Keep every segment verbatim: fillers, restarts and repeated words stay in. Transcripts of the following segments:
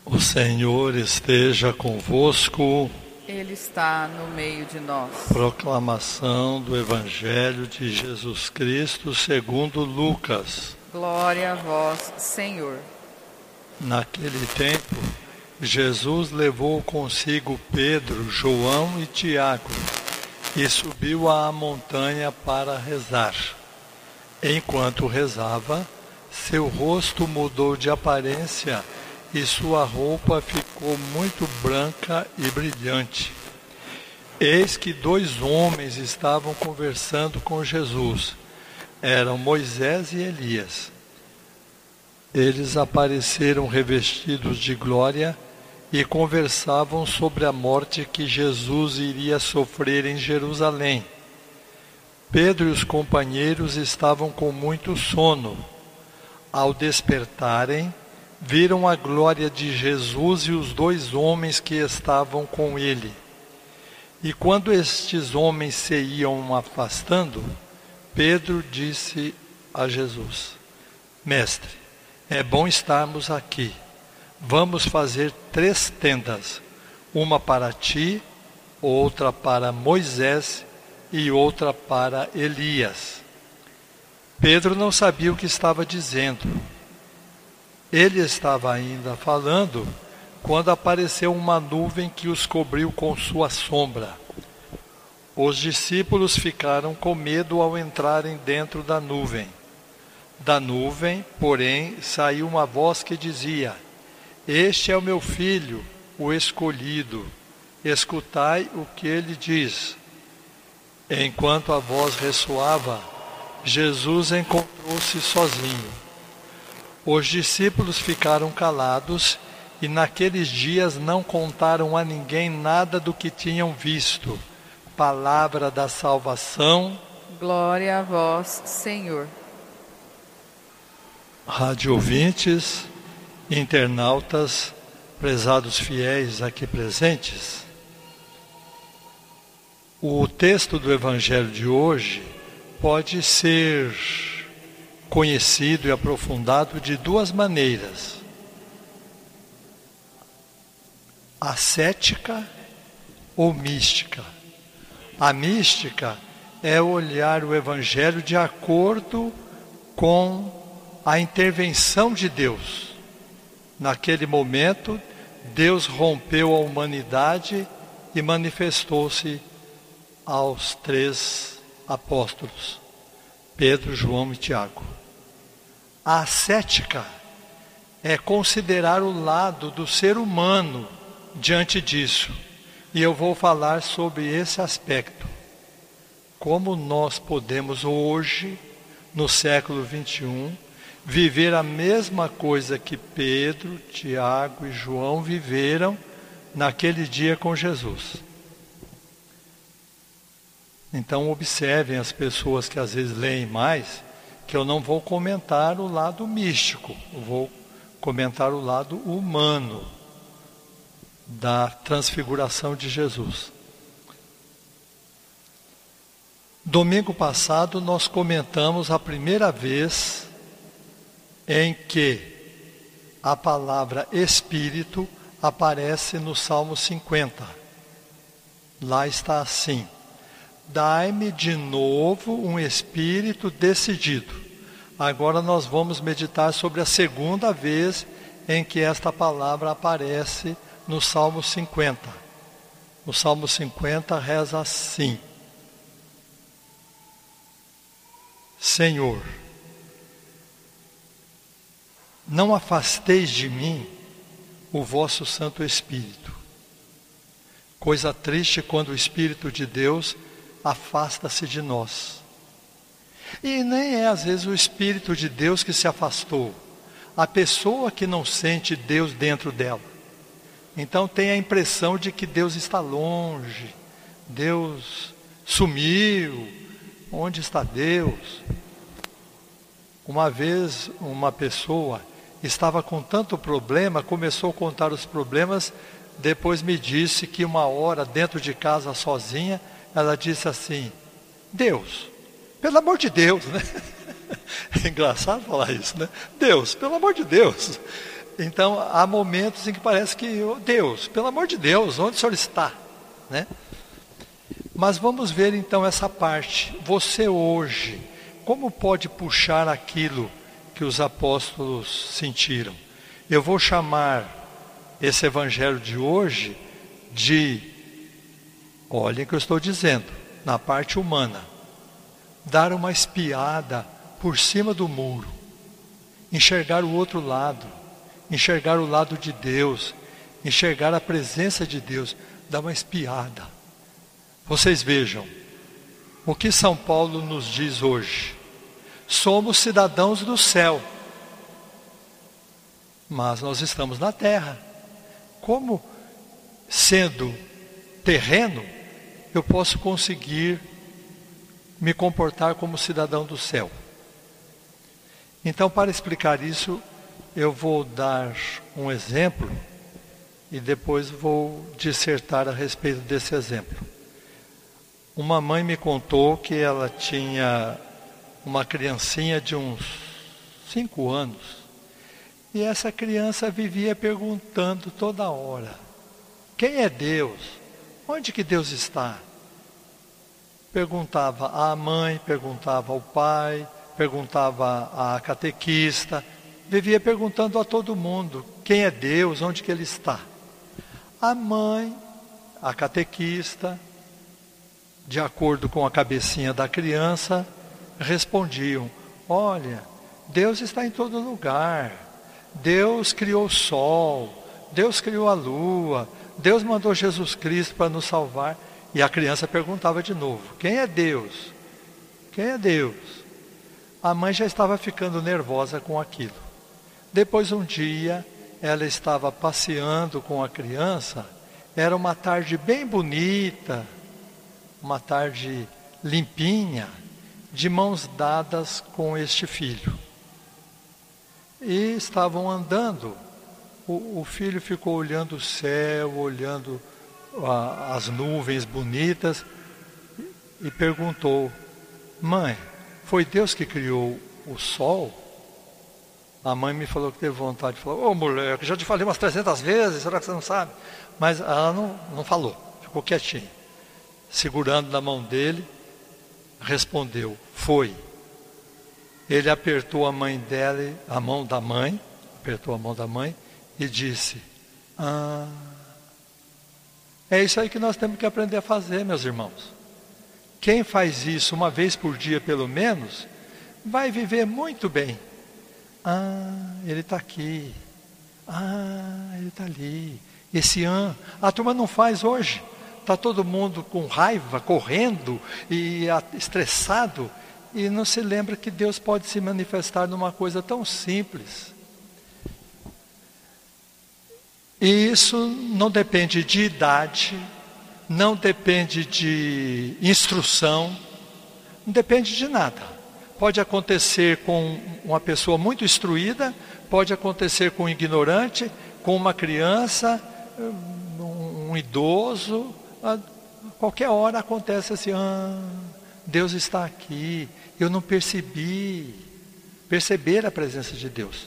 O Senhor esteja convosco. Ele está no meio de nós. Proclamação do Evangelho de Jesus Cristo segundo Lucas. Glória a vós, Senhor. Naquele tempo, Jesus levou consigo Pedro, João e Tiago e subiu à montanha para rezar. Enquanto rezava, seu rosto mudou de aparência e sua roupa ficou muito branca e brilhante. Eis que dois homens estavam conversando com Jesus. Eram Moisés e Elias. Eles apareceram revestidos de glória e conversavam sobre a morte que Jesus iria sofrer em Jerusalém. Pedro e os companheiros estavam com muito sono. Ao despertarem, viram a glória de Jesus e os dois homens que estavam com ele. E quando estes homens se iam afastando, Pedro disse a Jesus: Mestre, é bom estarmos aqui. Vamos fazer três tendas, uma para ti, outra para Moisés e outra para Elias. Pedro não sabia o que estava dizendo. Ele estava ainda falando quando apareceu uma nuvem que os cobriu com sua sombra. Os discípulos ficaram com medo ao entrarem dentro da nuvem. Da nuvem, porém, saiu uma voz que dizia: Este é o meu filho, o escolhido. Escutai o que ele diz. Enquanto a voz ressoava, Jesus encontrou-se sozinho. Os discípulos ficaram calados e naqueles dias não contaram a ninguém nada do que tinham visto. Palavra da salvação. Glória a vós, Senhor. Rádio ouvintes, internautas, prezados fiéis aqui presentes. O texto do Evangelho de hoje pode ser conhecido e aprofundado de duas maneiras: ascética ou mística. A mística é olhar o Evangelho de acordo com a intervenção de Deus. Naquele momento, Deus rompeu a humanidade e manifestou-se aos três apóstolos, Pedro, João e Tiago. A ascética é considerar o lado do ser humano diante disso. E eu vou falar sobre esse aspecto. Como nós podemos hoje, no século vinte e um, viver a mesma coisa que Pedro, Tiago e João viveram naquele dia com Jesus. Então observem as pessoas que às vezes leem mais, que eu não vou comentar o lado místico, eu vou comentar o lado humano da transfiguração de Jesus. Domingo passado nós comentamos a primeira vez em que a palavra Espírito aparece no Salmo cinquenta. Lá está assim: Dai-me de novo um espírito decidido. Agora nós vamos meditar sobre a segunda vez em que esta palavra aparece no Salmo cinquenta. O Salmo cinquenta reza assim: Senhor, não afasteis de mim o vosso Santo Espírito. Coisa triste quando o Espírito de Deus afasta-se de nós. E nem é às vezes o Espírito de Deus que se afastou, a pessoa que não sente Deus dentro dela. Então tem a impressão de que Deus está longe, Deus sumiu, onde está Deus? Uma vez uma pessoa estava com tanto problema, começou a contar os problemas, depois me disse que uma hora dentro de casa sozinha, ela disse assim: Deus, pelo amor de Deus, né? É engraçado falar isso, né? Deus, pelo amor de Deus, Então, há momentos em que parece que, oh, Deus, pelo amor de Deus, onde o Senhor está? Né? Mas vamos ver então essa parte. Você hoje, como pode puxar aquilo que os apóstolos sentiram? Eu vou chamar esse evangelho de hoje de, olhem o que eu estou dizendo, na parte humana, dar uma espiada por cima do muro, enxergar o outro lado, enxergar o lado de Deus, enxergar a presença de Deus, dar uma espiada. Vocês vejam, o que São Paulo nos diz hoje? Somos cidadãos do céu, mas nós estamos na terra. Como, sendo terreno, eu posso conseguir me comportar como cidadão do céu? Então, para explicar isso, eu vou dar um exemplo e depois vou dissertar a respeito desse exemplo. Uma mãe me contou que ela tinha uma criancinha de uns cinco anos e essa criança vivia perguntando toda hora: quem é Deus? Onde que Deus está? Perguntava à mãe, perguntava ao pai, perguntava à catequista, vivia perguntando a todo mundo: quem é Deus? Onde que Ele está? A mãe, a catequista, de acordo com a cabecinha da criança, respondiam: olha, Deus está em todo lugar. Deus criou o sol, Deus criou a lua, Deus mandou Jesus Cristo para nos salvar. E a criança perguntava de novo: quem é Deus? Quem é Deus? A mãe já estava ficando nervosa com aquilo. Depois, um dia, ela estava passeando com a criança. Era uma tarde bem bonita, uma tarde limpinha, de mãos dadas com este filho. E estavam andando. O, o filho ficou olhando o céu, olhando a, as nuvens bonitas e, e perguntou: mãe, foi Deus que criou o sol? A mãe me falou que teve vontade de falar: ô moleque, já te falei umas trezentas vezes, será que você não sabe? Mas ela não, não falou, ficou quietinha. Segurando na mão dele, respondeu: foi. Ele apertou a mãe dela, a mão da mãe, apertou a mão da mãe e disse: ah, é isso aí que nós temos que aprender a fazer, meus irmãos. Quem faz isso uma vez por dia, pelo menos, vai viver muito bem. Ah, ele está aqui. Ah, ele está ali. Esse ano, a turma não faz hoje. Está todo mundo com raiva, correndo e estressado. E não se lembra que Deus pode se manifestar numa coisa tão simples. E isso não depende de idade, não depende de instrução, não depende de nada. Pode acontecer com uma pessoa muito instruída, pode acontecer com um ignorante, com uma criança, um idoso. A qualquer hora acontece assim: ah, Deus está aqui, eu não percebi. Perceber a presença de Deus.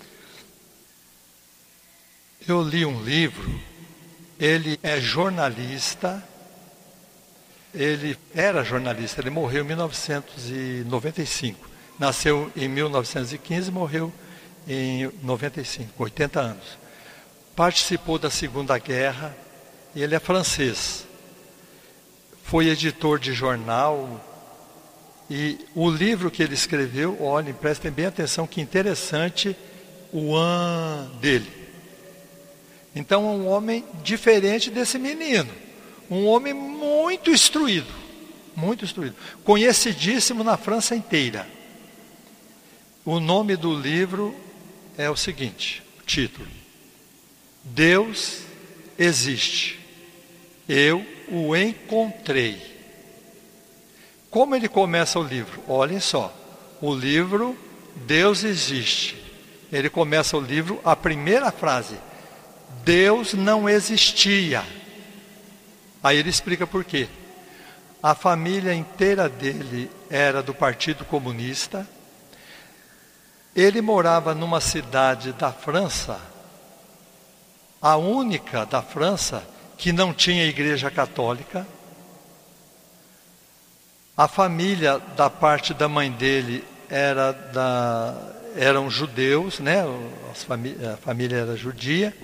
Eu li um livro, ele é jornalista, ele era jornalista, ele morreu em mil novecentos e noventa e cinco, nasceu em mil novecentos e quinze e morreu em noventa e cinco, oitenta anos. Participou da Segunda Guerra e ele é francês. Foi editor de jornal e o livro que ele escreveu, olhem, prestem bem atenção que interessante o an dele. Então é um homem diferente desse menino, um homem muito instruído, muito instruído, conhecidíssimo na França inteira. O nome do livro é o seguinte, o título: Deus existe, eu o encontrei. Como ele começa o livro? Olhem só, o livro Deus existe. Ele começa o livro, a primeira frase: Deus não existia. Aí ele explica por quê. A família inteira dele era do Partido Comunista. Ele morava numa cidade da França a única da França que não tinha igreja católica. A família da parte da mãe dele era da, eram judeus, né? As famí- a família era judia.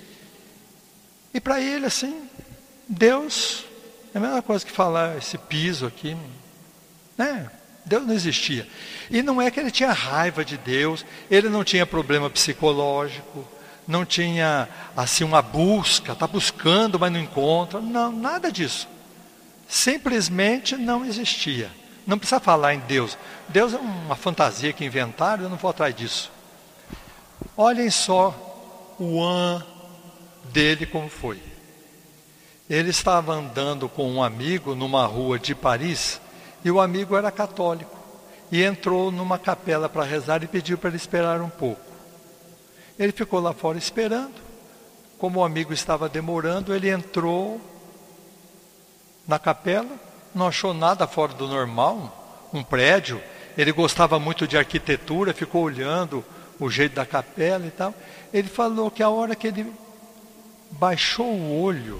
E para ele, assim, Deus é a mesma coisa que falar esse piso aqui, né? Deus não existia. E não é que ele tinha raiva de Deus, ele não tinha problema psicológico, não tinha, assim, uma busca, está buscando, mas não encontra. Não, nada disso. Simplesmente não existia. Não precisa falar em Deus. Deus é uma fantasia que inventaram, eu não vou atrás disso. Olhem só o ano dele como foi. Ele estava andando com um amigo numa rua de Paris, e o amigo era católico, e entrou numa capela para rezar e pediu para ele esperar um pouco. Ele ficou lá fora esperando. Como o amigo estava demorando, ele entrou na capela, não achou nada fora do normal, um prédio. Ele gostava muito de arquitetura, ficou olhando o jeito da capela e tal. Ele falou que a hora que ele baixou o olho,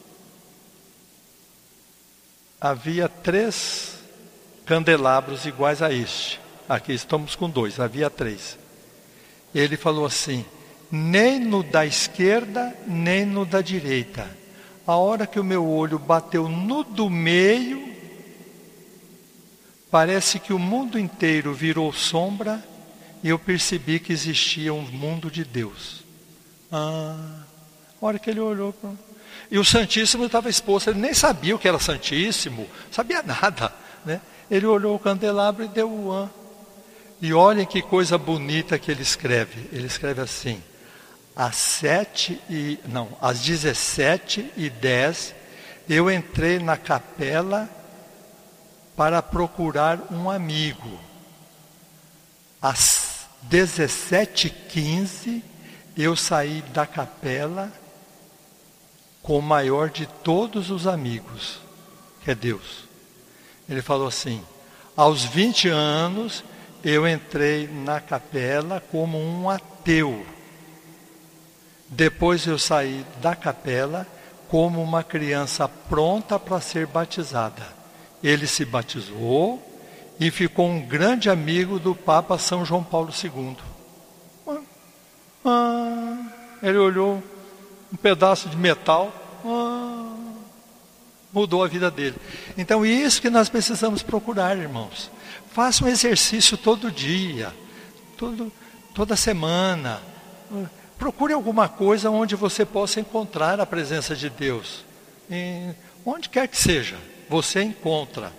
havia três candelabros iguais a este. Aqui estamos com dois, havia três. Ele falou assim: nem no da esquerda, nem no da direita. A hora que o meu olho bateu no do meio, parece que o mundo inteiro virou sombra e eu percebi que existia um mundo de Deus. Ah, a hora que ele olhou para... E o Santíssimo estava exposto, ele nem sabia o que era Santíssimo, sabia nada, né? Ele olhou o candelabro e deu o an. E olhem que coisa bonita que ele escreve. Ele escreve assim: às sete e não, às dezessete e dez eu entrei na capela para procurar um amigo. Às dezessete e quinze eu saí da capela com o maior de todos os amigos, que é Deus. Ele falou assim: aos vinte anos eu entrei na capela como um ateu. Depois eu saí da capela como uma criança pronta para ser batizada. Ele se batizou e ficou um grande amigo do Papa São João Paulo segundo. Ah, ele olhou um pedaço de metal, ah, mudou a vida dele. Então isso que nós precisamos procurar, irmãos. Faça um exercício todo dia, todo, toda semana. Procure alguma coisa onde você possa encontrar a presença de Deus. E onde quer que seja, você encontra.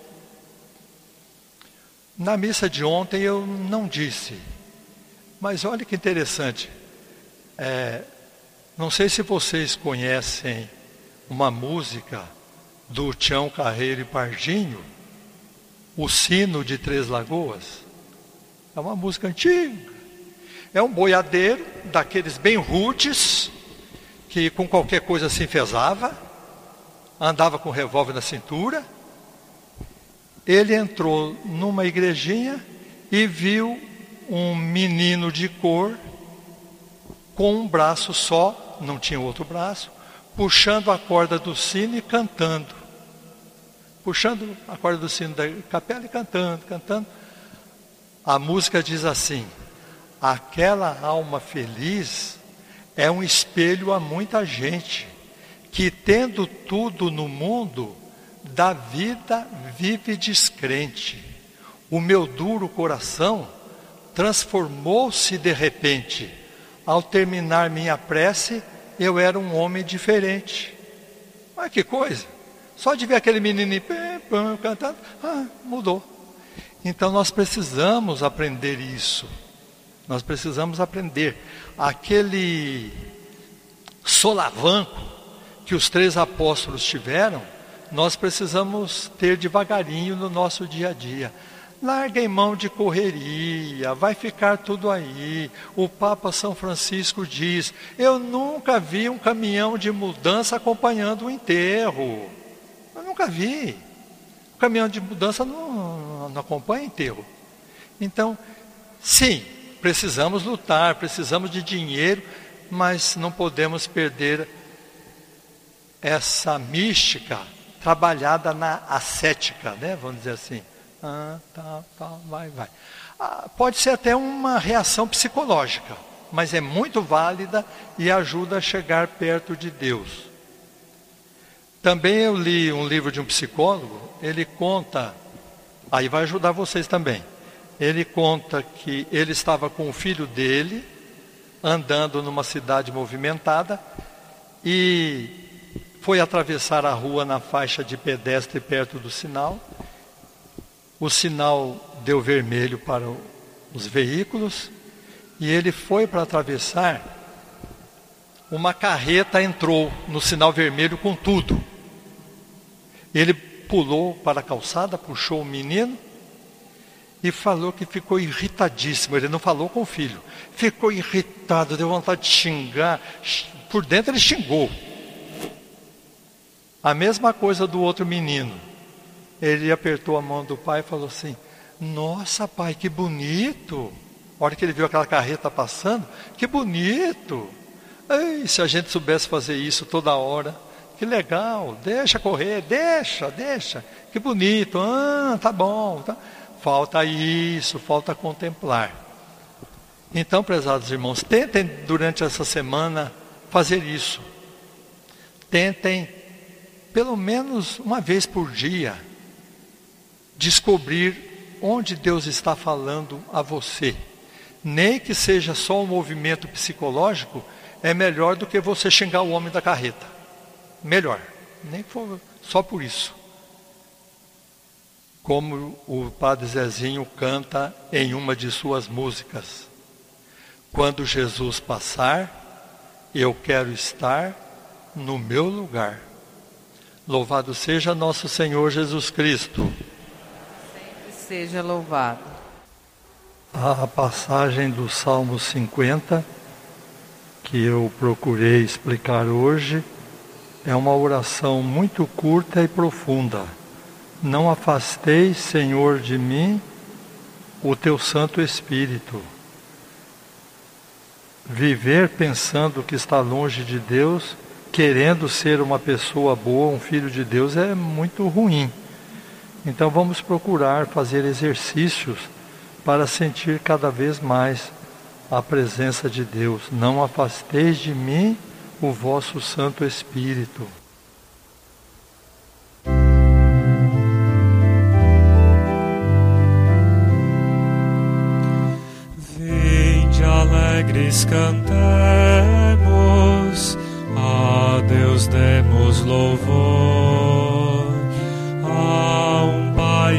Na missa de ontem eu não disse, mas olha que interessante. É, não sei se vocês conhecem uma música do Tião Carreiro e Pardinho, O Sino de Três Lagoas. É uma música antiga. É um boiadeiro, daqueles bem roots, que com qualquer coisa se enfesava, andava com revólver na cintura. Ele entrou numa igrejinha e viu um menino de cor, com um braço só, não tinha outro braço, puxando a corda do sino e cantando. Puxando a corda do sino da capela e cantando, cantando. A música diz assim: aquela alma feliz é um espelho a muita gente, que tendo tudo no mundo, da vida vive descrente. O meu duro coração transformou-se de repente. Ao terminar minha prece, eu era um homem diferente. Mas que coisa! Só de ver aquele menininho cantando, ah, mudou. Então nós precisamos aprender isso. Nós precisamos aprender. Aquele solavanco que os três apóstolos tiveram, nós precisamos ter devagarinho no nosso dia a dia. Larguem mão de correria, vai ficar tudo aí. O Papa São Francisco diz: eu nunca vi um caminhão de mudança acompanhando o enterro. Eu nunca vi. O caminhão de mudança não, não acompanha enterro. Então, sim, precisamos lutar, precisamos de dinheiro, mas não podemos perder essa mística trabalhada na ascética, né? Vamos dizer assim. Ah, tá, tá, vai, vai. Ah, pode ser até uma reação psicológica, mas é muito válida e ajuda a chegar perto de Deus. Também eu li um livro de um psicólogo, ele conta, aí vai ajudar vocês também. Ele conta que ele estava com o filho dele, andando numa cidade movimentada, e foi atravessar a rua na faixa de pedestre perto do sinal. O sinal deu vermelho para os veículos, e ele foi para atravessar. Uma carreta entrou no sinal vermelho com tudo. Ele pulou para a calçada, puxou o menino e falou que ficou irritadíssimo. Ele não falou com o filho. Ficou irritado, deu vontade de xingar. Por dentro ele xingou. A mesma coisa do outro menino. Ele apertou a mão do pai e falou assim: nossa, pai, que bonito. A hora que ele viu aquela carreta passando, que bonito. Ei, se a gente soubesse fazer isso toda hora, que legal, deixa correr, deixa, deixa, que bonito, ah, tá bom. Tá. Falta isso, falta contemplar. Então, prezados irmãos, tentem durante essa semana fazer isso. Tentem, pelo menos uma vez por dia, descobrir onde Deus está falando a você. Nem que seja só um movimento psicológico, é melhor do que você xingar o homem da carreta. Melhor, nem for só por isso. Como o Padre Zezinho canta em uma de suas músicas: quando Jesus passar, eu quero estar no meu lugar. Louvado seja nosso Senhor Jesus Cristo. Sempre seja louvado. A passagem do Salmo cinquenta, que eu procurei explicar hoje, é uma oração muito curta e profunda. Não afasteis, Senhor, de mim o teu Santo Espírito. Viver pensando que está longe de Deus, querendo ser uma pessoa boa, um filho de Deus, é muito ruim. Então vamos procurar fazer exercícios para sentir cada vez mais a presença de Deus. Não afasteis de mim o vosso Santo Espírito. Vinde alegres cantemos, a Deus demos louvor, a um Pai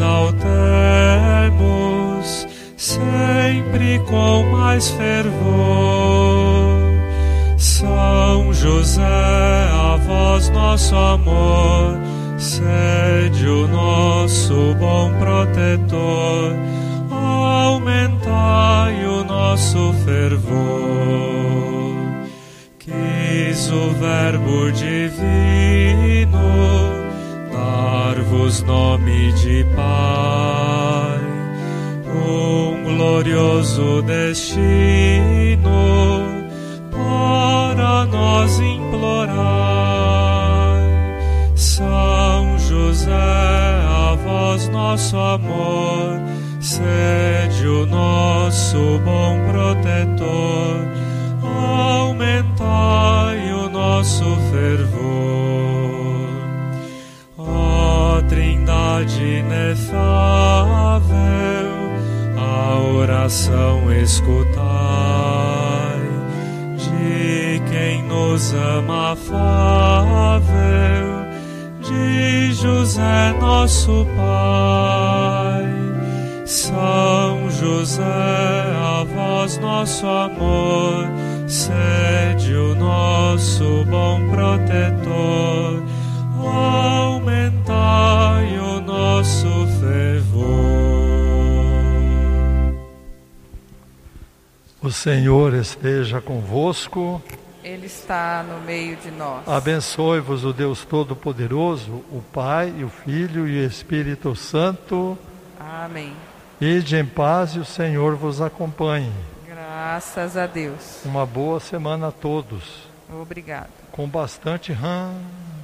exaltemos, sempre com mais fervor. São José, a vós nosso amor, sede o nosso bom protetor, aumentai o nosso fervor. Quis o Verbo divino dar-vos nome de Pai, um glorioso destino para nós implorai. São José, a vós nosso amor, sede o nosso bom protetor, aumentai o nosso fervor. Ó Trindade inefável, a oração escutai, de quem nos ama afável, de José nosso Pai. São José, a vós nosso amor, sede o nosso bom protetor, aumentai o nosso fervor. O Senhor esteja convosco. Ele está no meio de nós. Abençoe-vos o Deus Todo-Poderoso, o Pai, o Filho e o Espírito Santo. Amém. Ide em paz e o Senhor vos acompanhe. Graças Graças a Deus. Uma boa semana a todos. Obrigado. Com bastante ram.